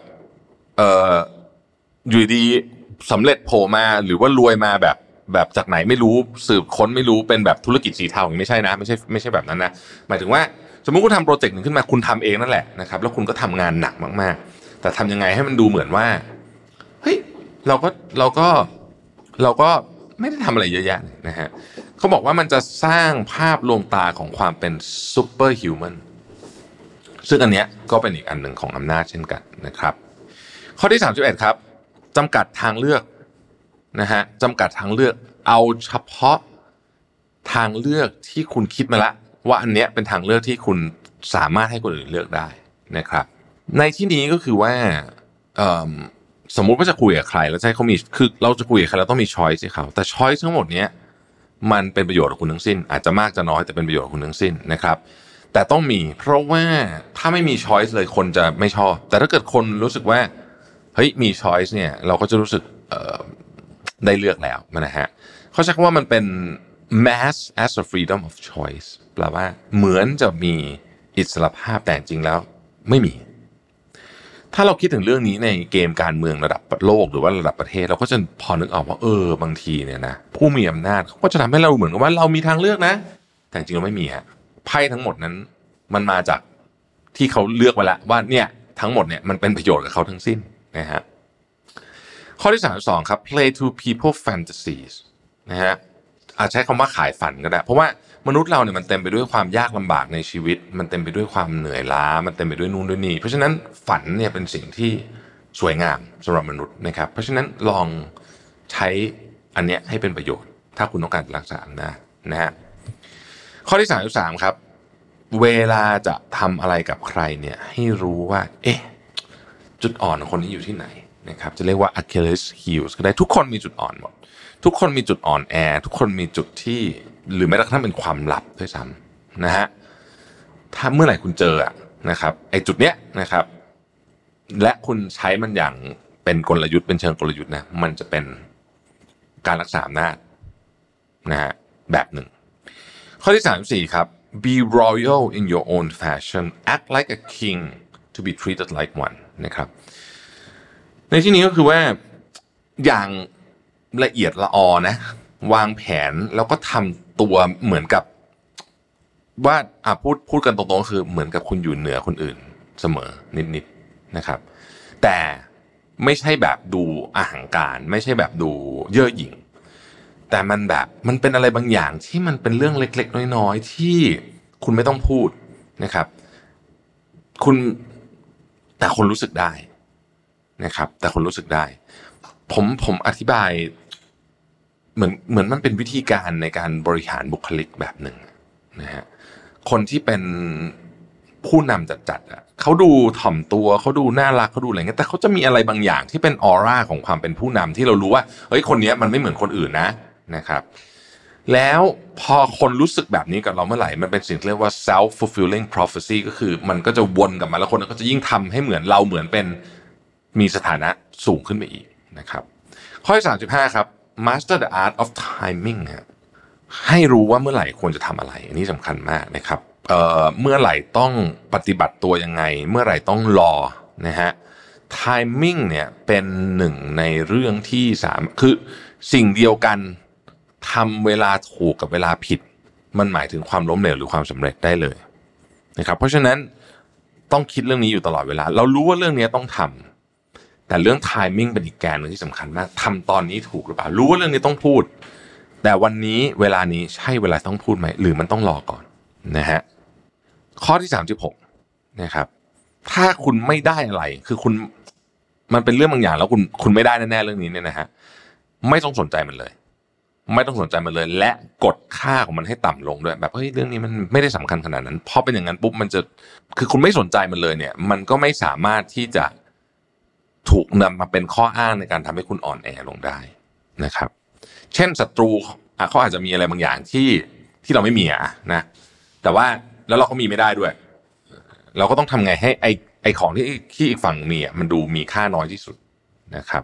อยู่ดีสำเร็จโผล่มาหรือว่ารวยมาแบบจากไหนไม่รู้สืบค้นไม่รู้เป็นแบบธุรกิจสีเทาอย่างนี้ไม่ใช่นะไม่ใช่แบบนั้นนะหมายถึงว่าสมมุติคุณทำโปรเจกต์หนึ่งขึ้นมาคุณทำเองนั่นแหละนะครับแล้วคุณก็ทำงานหนักมากๆแต่ทำยังไงให้มันดูเหมือนว่าเฮ้ยเราก็ไม่ได้ทำอะไรเยอะแยะนะฮะเขาบอกว่ามันจะสร้างภาพลวงตาของความเป็นซูเปอร์ฮิวแมนซึ่งอันเนี้ยก็เป็นอีกอันหนึ่งของอำนาจเช่นกันนะครับข้อที่31ครับจำกัดทางเลือกนะฮะจำกัดทางเลือกเอาเฉพาะทางเลือกที่คุณคิดมาละว่าอันเนี้ยเป็นทางเลือกที่คุณสามารถให้คนอื่นเลือกได้นะครับในที่นี้ก็คือว่าสมมุติว่าจะคุยกับใครแล้วให้เขามีคือเราจะคุยกับใครเราต้องมีช้อยส์ให้เขาแต่ช้อยส์ทั้งหมดเนี้ยมันเป็นประโยชน์กับคุณทั้งสิ้นอาจจะมากจะน้อยแต่เป็นประโยชน์กับคุณทั้งสิ้นนะครับแต่ต้องมีเพราะว่าถ้าไม่มีช้อยส์เลยคนจะไม่ชอบแต่ถ้าเกิดคนรู้สึกว่าเฮ้ยมีช้อยส์เนี่ยเราก็จะรู้สึกได้เลือกแล้วนะฮะเขาใช้คำว่ามันเป็น mass as a freedom of choice แปลว่าเหมือนจะมีอิสรภาพแต่จริงแล้วไม่มีถ้าเราคิดถึงเรื่องนี้ในเกมการเมืองระดับโลกหรือว่าระดับประเทศเราก็จะพอนึกออกว่าบางทีเนี่ยนะผู้มีอำนาจเขาก็จะทำให้เราเหมือนกับว่าเรามีทางเลือกนะแต่จริงๆเราไม่มีฮะไพ่ทั้งหมดนั้นมันมาจากที่เขาเลือกไว้แล้วว่าเนี่ยทั้งหมดเนี่ยมันเป็นประโยชน์กับเขาทั้งสิ้นนะฮะข้อที่32ครับ play to people fantasies นะฮะอาจใช้คำว่าขายฝันก็ได้เพราะว่ามนุษย์เราเนี่ยมันเต็มไปด้วยความยากลำบากในชีวิตมันเต็มไปด้วยความเหนื่อยล้ามันเต็มไปด้วยนู่นด้วยนี่เพราะฉะนั้นฝันเนี่ยเป็นสิ่งที่สวยงามสำหรับมนุษย์นะครับเพราะฉะนั้นลองใช้อันเนี้ยให้เป็นประโยชน์ถ้าคุณต้องการรักษาอำนาจนะฮะข้อที่33ครับเวลาจะทำอะไรกับใครเนี่ยให้รู้ว่าจุดอ่อนของคนนี้อยู่ที่ไหนนะครับจะเรียกว่า Achilles heels ก็ได้ทุกคนมีจุดอ่อนหมดทุกคนมีจุดอ่อนแอทุกคนมีจุดที่หรือแม้กระทั่งเป็นความลับด้วยซ้ำนะฮะถ้าเมื่อไหร่คุณเจอนะครับไอ้จุดเนี้ยนะครับและคุณใช้มันอย่างเป็นกลยุทธ์เป็นเชิงกลยุทธ์นะมันจะเป็นการรักษาอำนาจนะฮะแบบหนึ่งข้อที่34ครับ be royal in your own fashion act like a king to be treated like one นะครับในที่นี้ก็คือว่าอย่างละเอียดละออนะวางแผนแล้วก็ทำตัวเหมือนกับว่าพูดกันตรงๆคือเหมือนกับคุณอยู่เหนือคนอื่นเสมอนิดๆนะครับแต่ไม่ใช่แบบดูอหังการไม่ใช่แบบดูเย่อหยิ่งแต่มันเป็นอะไรบางอย่างที่มันเป็นเรื่องเล็กๆน้อยๆที่คุณไม่ต้องพูดนะครับแต่คนรู้สึกได้นะครับแต่คนรู้สึกได้ผมอธิบายเหมือนมันเป็นวิธีการในการบริหารบุคลิกแบบหนึ่งนะฮะคนที่เป็นผู้นำจัดๆอ่ะเขาดูถ่อมตัวเขาดูน่ารักเขาดูอะไรเงี้ยแต่เขาจะมีอะไรบางอย่างที่เป็นออร่าของความเป็นผู้นำที่เรารู้ว่าเฮ้ยคนนี้มันไม่เหมือนคนอื่นนะครับแล้วพอคนรู้สึกแบบนี้กับเราเมื่อไหร่มันเป็นสิ่งที่เรียกว่า self fulfilling prophecy ก็คือมันก็จะวนกลับมาแล้วคนก็จะยิ่งทำให้เหมือนเราเหมือนเป็นมีสถานะสูงขึ้นไปอีกนะครับข้อที่35ครับ master the art of timing ให้รู้ว่าเมื่อไหร่ควรจะทำอะไรอันนี้สำคัญมากนะครับเมื่อไหร่ต้องปฏิบัติตัวยังไงเมื่อไหร่ต้องรอนะฮะ timing เนี่ยเป็นหนึ่งในเรื่องที่คือสิ่งเดียวกันทำเวลาถูกกับเวลาผิดมันหมายถึงความล้มเหลวหรือความสำเร็จได้เลยนะครับเพราะฉะนั้นต้องคิดเรื่องนี้อยู่ตลอดเวลาเรารู้ว่าเรื่องนี้ต้องทำแต่เรื่อง timing เป็นอีกแกนนึงที่สำคัญมากทำตอนนี้ถูกหรือเปล่ารู้ว่าเรื่องนี้ต้องพูดแต่วันนี้เวลานี้ใช่เวลาต้องพูดไหมหรือมันต้องรอก่อนนะฮะข้อที่36นะครับถ้าคุณไม่ได้อะไรคือคุณมันเป็นเรื่องบางอย่างแล้วคุณไม่ได้แน่ๆเรื่องนี้เนี่ยนะฮะไม่ต้องสนใจมันเลยไม่ต้องสนใจมันเลยและกดค่าของมันให้ต่ำลงด้วยแบบเฮ้ยเรื่องนี้มันไม่ได้สำคัญขนาดนั้นพอเป็นอย่างนั้นปุ๊บมันจะคือคุณไม่สนใจมันเลยเนี่ยมันก็ไม่สามารถที่จะถูกนำมาเป็นข้ออ้างในการทำให้คุณอ่อนแอลงได้นะครับเช่นศัตรูเขาอาจจะมีอะไรบางอย่างที่เราไม่มีนะแต่ว่าแล้วเราก็มีไม่ได้ด้วยเราก็ต้องทำไงให้ไอของที่อีกฝั่งมีมันดูมีค่าน้อยที่สุดนะครับ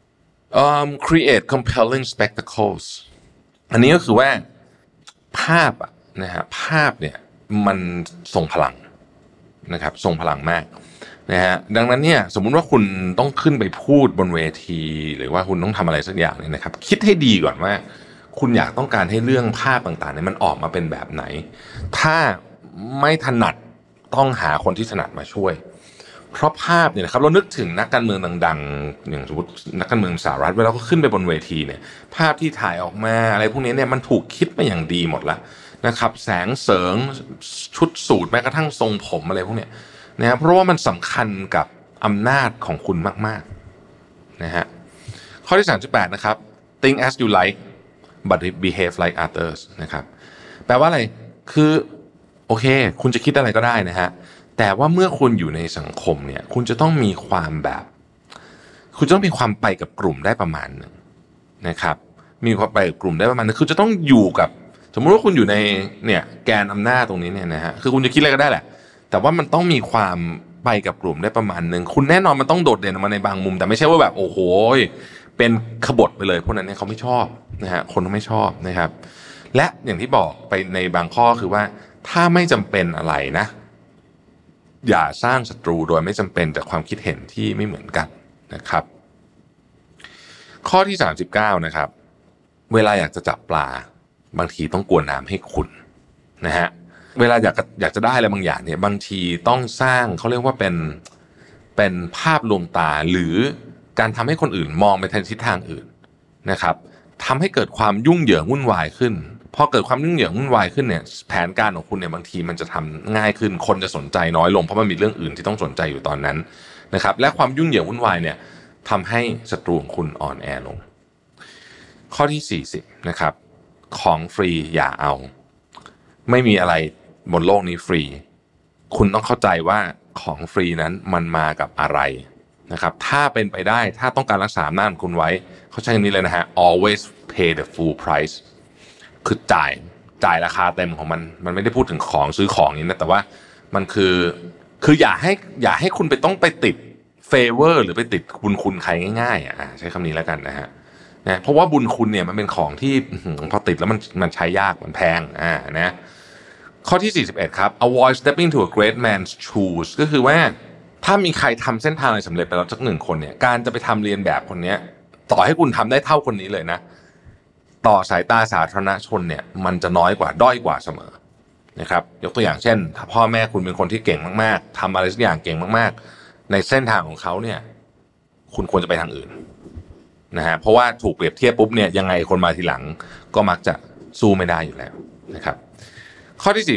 create compelling spectacles อันนี้ก็คือว่าภาพนะฮะภาพเนี่ยมันทรงพลังนะครับทรงพลังมากนะฮะดังนั้นเนี่ยสมมุติว่าคุณต้องขึ้นไปพูดบนเวทีหรือว่าคุณต้องทำอะไรสักอย่างเนี่ยนะครับคิดให้ดีก่อนว่าคุณอยากต้องการให้เรื่องภาพต่างๆเนี่ยมันออกมาเป็นแบบไหนถ้าไม่ถนัดต้องหาคนที่ถนัดมาช่วยเพราะภาพเนี่ยนะครับเรานึกถึงนักการเมืองดังๆอย่างสมมตินักการเมืองสหรัฐเวลาเขาขึ้นไปบนเวทีเนี่ยภาพที่ถ่ายออกมาอะไรพวกนี้เนี่ยมันถูกคิดมาอย่างดีหมดแล้วนะครับแสงเสริงชุดสูทแม้กระทั่งทรงผมอะไรพวกเนี้ยนะเพราะว่ามันสำคัญกับอำนาจของคุณมากๆนะฮะข้อที่38นะครับ think as you like but behave like others นะครับแปลว่าอะไรคือโอเคคุณจะคิดอะไรก็ได้นะฮะแต่ว่าเมื่อคุณอยู่ในสังคมเนี่ยคุณจะต้องมีความแบบคุณจะต้องมีความไปกับกลุ่มได้ประมาณนึงนะครับมีความไปกับกลุ่มได้ประมาณนึงคือจะต้องอยู่กับสมมติว่าคุณอยู่ในเนี่ยแกนอำนาจตรงนี้เนี่ยนะฮะคือคุณจะคิดอะไรก็ได้แหละแต่ว่ามันต้องมีความไปกับกลุ่มได้ประมาณนึงคุณแน่นอนมันต้องโดดเด่นออกมาในบางมุมแต่ไม่ใช่ว่าแบบโอ้โหเป็นขบฏไปเลยพวกนั้นเนี่ยเขาไม่ชอบนะฮะคนเขาไม่ชอบนะครับและอย่างที่บอกไปในบางข้อคือว่าถ้าไม่จำเป็นอะไรนะอย่าสร้างศัตรูโดยไม่จำเป็นจากความคิดเห็นที่ไม่เหมือนกันนะครับข้อที่39นะครับเวลาอยากจะจับปลาบางทีต้องกวนน้ำให้ขุ่นนะฮะเวลาอยากจะได้อะไรบางอย่างเนี่ยบางทีต้องสร้างเขาเรียกว่าเป็นภาพลวงตาหรือการทำให้คนอื่นมองไปทางทิศทางอื่นนะครับทำให้เกิดความยุ่งเหยิงวุ่นวายขึ้นพอเกิดความยุ่งเหยิงวุ่นวายขึ้นเนี่ยแผนการของคุณเนี่ยบางทีมันจะทำง่ายขึ้นคนจะสนใจน้อยลงเพราะมันมีเรื่องอื่นที่ต้องสนใจอยู่ตอนนั้นนะครับและความยุ่งเหยิงวุ่นวายเนี่ยทำให้ศัตรูของคุณอ่อนแอลงข้อที่40นะครับของฟรีอย่าเอาไม่มีอะไรบนโลกนี้ฟรีคุณต้องเข้าใจว่าของฟรีนั้นมันมากับอะไรนะครับถ้าเป็นไปได้ถ้าต้องการรักษาอำนาจของคุณไว้เขาใช้คำนี้เลยนะฮะ always pay the full priceคือจ่ายราคาเต็มของมันไม่ได้พูดถึงของซื้อของนี้นะแต่ว่ามันคืออย่าให้คุณต้องไปติดเฟเวอร์หรือไปติดบุญคุณใครง่ายๆใช้คำนี้แล้วกันนะฮะนะเพราะว่าบุญคุณเนี่ยมันเป็นของที่พอติดแล้วมันใช้ยากมันแพงนะข้อที่41ครับ avoid stepping to a great man's shoes ก็คือว่าถ้ามีใครทำเส้นทางอะไรสำเร็จไปแล้วสักหนึ่งคนเนี่ยการจะไปทำเรียนแบบคนนี้ต่อให้คุณทำได้เท่าคนนี้เลยนะต่อสายตาสาธารณชนเนี่ยมันจะน้อยกว่าด้อยกว่าเสมอนะครับยกตัวอย่างเช่นถ้าพ่อแม่คุณเป็นคนที่เก่งมากๆทำอะไรสักอย่างเก่งมากๆในเส้นทางของเขาเนี่ยคุณควรจะไปทางอื่นนะฮะเพราะว่าถูกเปรียบเทียบปุ๊บเนี่ยยังไงคนมาทีหลังก็มักจะสู้ไม่ได้อยู่แล้วนะครับข้อที่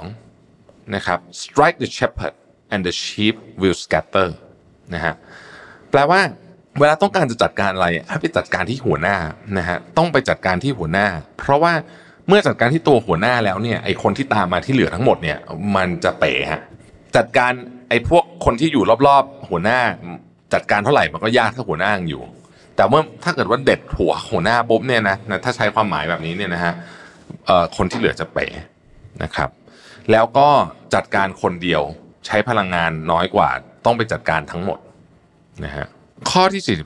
42นะครับ strike the shepherd and the sheep will scatter นะฮะแปลว่าเวลาต้องการจะจัดการอะไรให้ไปจัดการที่หัวหน้านะฮะต้องไปจัดการที่หัวหน้าเพราะว่าเมื่อจัดการที่ตัวหัวหน้าแล้วเนี่ยไอ้คนที่ตามมาที่เหลือทั้งหมดเนี่ยมันจะเป๋ฮะจัดการไอ้พวกคนที่อยู่รอบๆหัวหน้าจัดการเท่าไหร่มันก็ยากถ้าหัวหน้ายังอยู่แต่เมื่อถ้าเกิดว่าเด็ดหัวหน้าปุ๊บเนี่ยนะถ้าใช้ความหมายแบบนี้เนี่ยนะฮะคนที่เหลือจะเป๋นะครับแล้วก็จัดการคนเดียวใช้พลังงานน้อยกว่าต้องไปจัดการทั้งหมดนะฮะข้อที่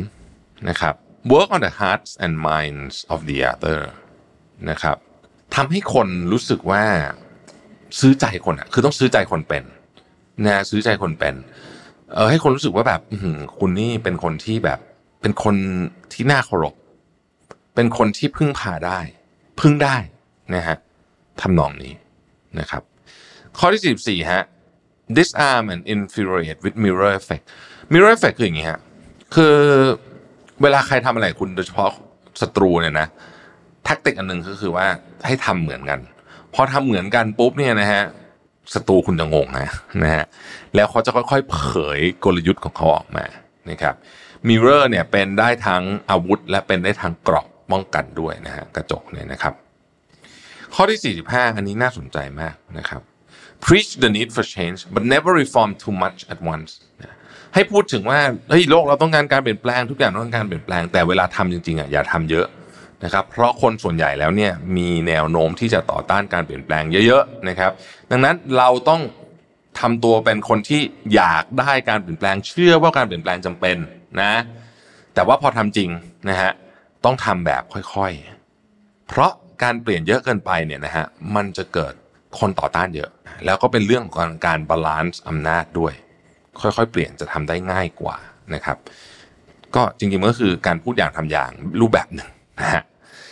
43นะครับ work on the hearts and minds of the other นะครับทำให้คนรู้สึกว่าซื้อใจคนอ่ะคือต้องซื้อใจคนเป็นนะซื้อใจคนเป็นให้คนรู้สึกว่าแบบคุณนี่เป็นคนที่แบบเป็นคนที่น่าเคารพเป็นคนที่พึ่งพาได้นะฮะทำนองนี้นะครับข้อที่44ฮะ disarm and infuriate with mirror effect mirror effect คืออย่างงี้ฮะคือเวลาใครทำอะไรคุณโดยเฉพาะศัตรูเนี่ยนะแทคติกอันหนึ่งก็คือว่าให้ทำเหมือนกันพอทำเหมือนกันปุ๊บเนี่ยนะฮะศัตรูคุณจะงงนะฮะแล้วเขาจะค่อยๆเผยกลยุทธ์ของเขาออกมานะครับมิเรอร์เนี่ยเป็นได้ทั้งอาวุธและเป็นได้ทั้งเกราะป้องกันด้วยนะฮะกระจกเนี่ยนะครับข้อที่45อันนี้น่าสนใจมากนะครับ preach the need for change but never reform too much at once ให้พูดถึงว่าเฮ้ยโลกเราต้องการเปลี่ยนแปลงทุกอย่างต้องการเปลี่ยนแปลงแต่เวลาทำจริงๆอ่ะอย่าทำเยอะนะครับเพราะคนส่วนใหญ่แล้วเนี่ยมีแนวโน้มที่จะต่อต้านการเปลี่ยนแปลงเยอะๆนะครับดังนั้นเราต้องทำตัวเป็นคนที่อยากได้การเปลี่ยนแปลงเชื่อว่าการเปลี่ยนแปลงจำเป็นนะแต่ว่าพอทำจริงนะฮะต้องทำแบบค่อยๆเพราะการเปลี่ยนเยอะเกินไปเนี่ยนะฮะมันจะเกิดคนต่อต้านเยอะแล้วก็เป็นเรื่องของการบาลานซ์อำนาจด้วยค่อยๆเปลี่ยนจะทำได้ง่ายกว่านะครับก็จริงๆมันก็คือการพูดอย่างทำอย่างรูปแบบหนึ่งนะฮะ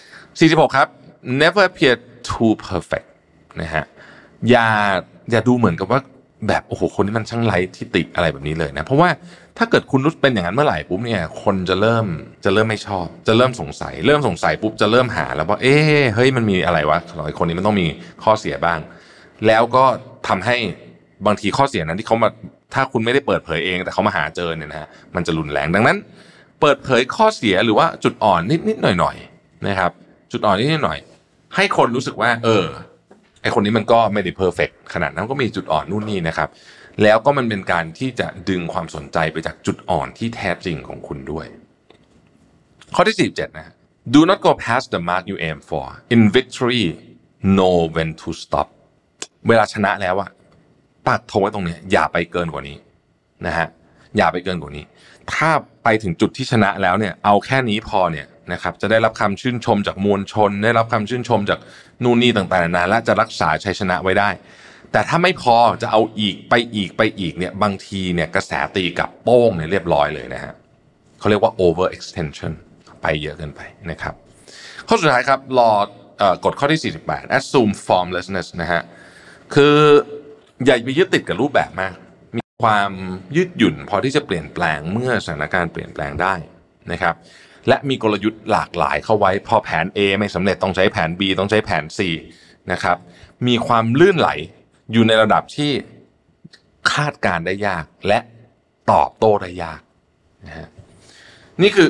46ครับ never appear too perfect นะฮะอย่าดูเหมือนกับว่าแบบโอ้โหคนนี้มันช่างไร้ทิฏฐิอะไรแบบนี้เลยนะเพราะว่าถ้าเกิดคุณรู้เป็นอย่างนั้นเมื่อไหร่ปุ๊บเนี่ยคนจะเริ่มไม่ชอบจะเริ่มสงสัยปุ๊บจะเริ่มหาแล้วว่าเฮ้ยมันมีอะไรวะคนนี้มันต้องมีข้อเสียบ้างแล้วก็ทำให้บางทีข้อเสียนั้นที่เขามาถ้าคุณไม่ได้เปิดเผยเองแต่เขามาหาเจอเนี่ยนะฮะมันจะรุนแรงดังนั้นเปิดเผยข้อเสียหรือว่าจุดอ่อนนิดๆหน่อยๆนะครับจุดอ่อนนิดๆหน่อยให้คนรู้สึกว่าไอคนนี้มันก็ไม่ได้เพอร์เฟกต์ขนาดนั้นก็มีจุดอ่อนนู่นนี่นะครับแล้วก็มันเป็นการที่จะดึงความสนใจไปจากจุดอ่อนที่แท้จริงของคุณด้วยข้อที่47นะ Do not go past the mark you aim for in victory know when to stop เวลาชนะแล้วอะปักธงไว้ตรงนี้อย่าไปเกินกว่านี้นะฮะอย่าไปเกินกว่านี้ถ้าไปถึงจุดที่ชนะแล้วเนี่ยเอาแค่นี้พอเนี่ยนะครับจะได้รับคำชื่นชมจากมวลชนได้รับคำชื่นชมจากนู่นนี่ต่างๆนานาและจะรักษาชัยชนะไว้ได้แต่ถ้าไม่พอจะเอาอีกไปอีกเนี่ยบางทีเนี่ยกระแสตีกลับโป้งเนี่ยเรียบร้อยเลยนะฮะเขาเรียกว่า over extension ไปเยอะเกินไปนะครับข้อสุดท้ายครับกฎข้อที่48 assume formlessness นะฮะคืออย่าไปยึดติดกับรูปแบบมากมีความยืดหยุ่นพอที่จะเปลี่ยนแปลงเมื่อสถานการณ์เปลี่ยนแปลงได้นะครับและมีกลยุทธ์หลากหลายเข้าไว้พอแผน A ไม่สำเร็จต้องใช้แผน B ต้องใช้แผน C นะครับมีความลื่นไหลอยู่ในระดับที่คาดการได้ยากและตอบโต้ได้ยากนะฮะนี่คือ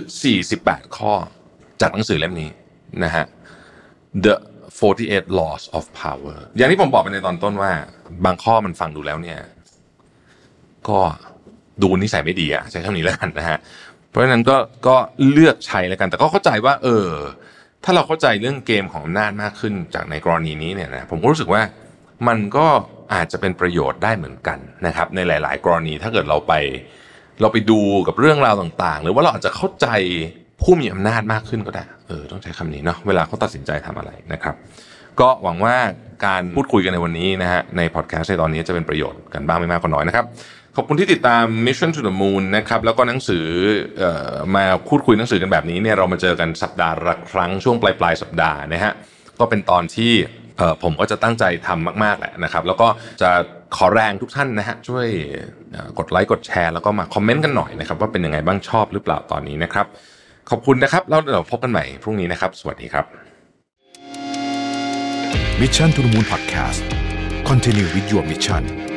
48ข้อจากหนังสือเล่มนี้นะฮะ The 48 Laws of Power อย่างที่ผมบอกไปในตอนต้นว่าบางข้อมันฟังดูแล้วเนี่ยก็ดูนิสัยไม่ดีอะใช้คำนี้แล้วกันนะฮะเพราะฉะนั้นก็เลือกใช้แล้วกันแต่ก็เข้าใจว่าถ้าเราเข้าใจเรื่องเกมของอำนาจมากขึ้นจากในกรณีนี้เนี่ยนะผมก็รู้สึกว่ามันก็อาจจะเป็นประโยชน์ได้เหมือนกันนะครับในหลายๆกรณีถ้าเกิดเราไปดูกับเรื่องราวต่างๆหรือว่าเราอาจจะเข้าใจผู้มีอำนาจมากขึ้นก็ได้ต้องใช้คำนี้เนาะเวลาเขาตัดสินใจทำอะไรนะครับก็หวังว่าการพูดคุยกันในวันนี้นะฮะในพอดแคสต์ในตอนนี้จะเป็นประโยชน์กันบ้างไม่มากก็น้อยนะครับขอบคุณที่ติดตาม Mission to the Moon นะครับแล้วก็หนังสือมาพูดคุยหนังสือกันแบบนี้เนี่ยเรามาเจอกันสัปดาห์ละครั้งช่วงปลายสัปดาห์นะฮะก็เป็นตอนที่ผมก็จะตั้งใจทำมากๆแหละนะครับแล้วก็จะขอแรงทุกท่านนะฮะช่วยกดไลค์กดแชร์แล้วก็มาคอมเมนต์กันหน่อยนะครับว่าเป็นยังไงบ้างชอบหรือเปล่าตอนนี้นะครับขอบคุณนะครับแล้วเดี๋ยวพบกันใหม่พรุ่งนี้นะครับสวัสดีครับ Mission to the Moon Podcast Continue with your mission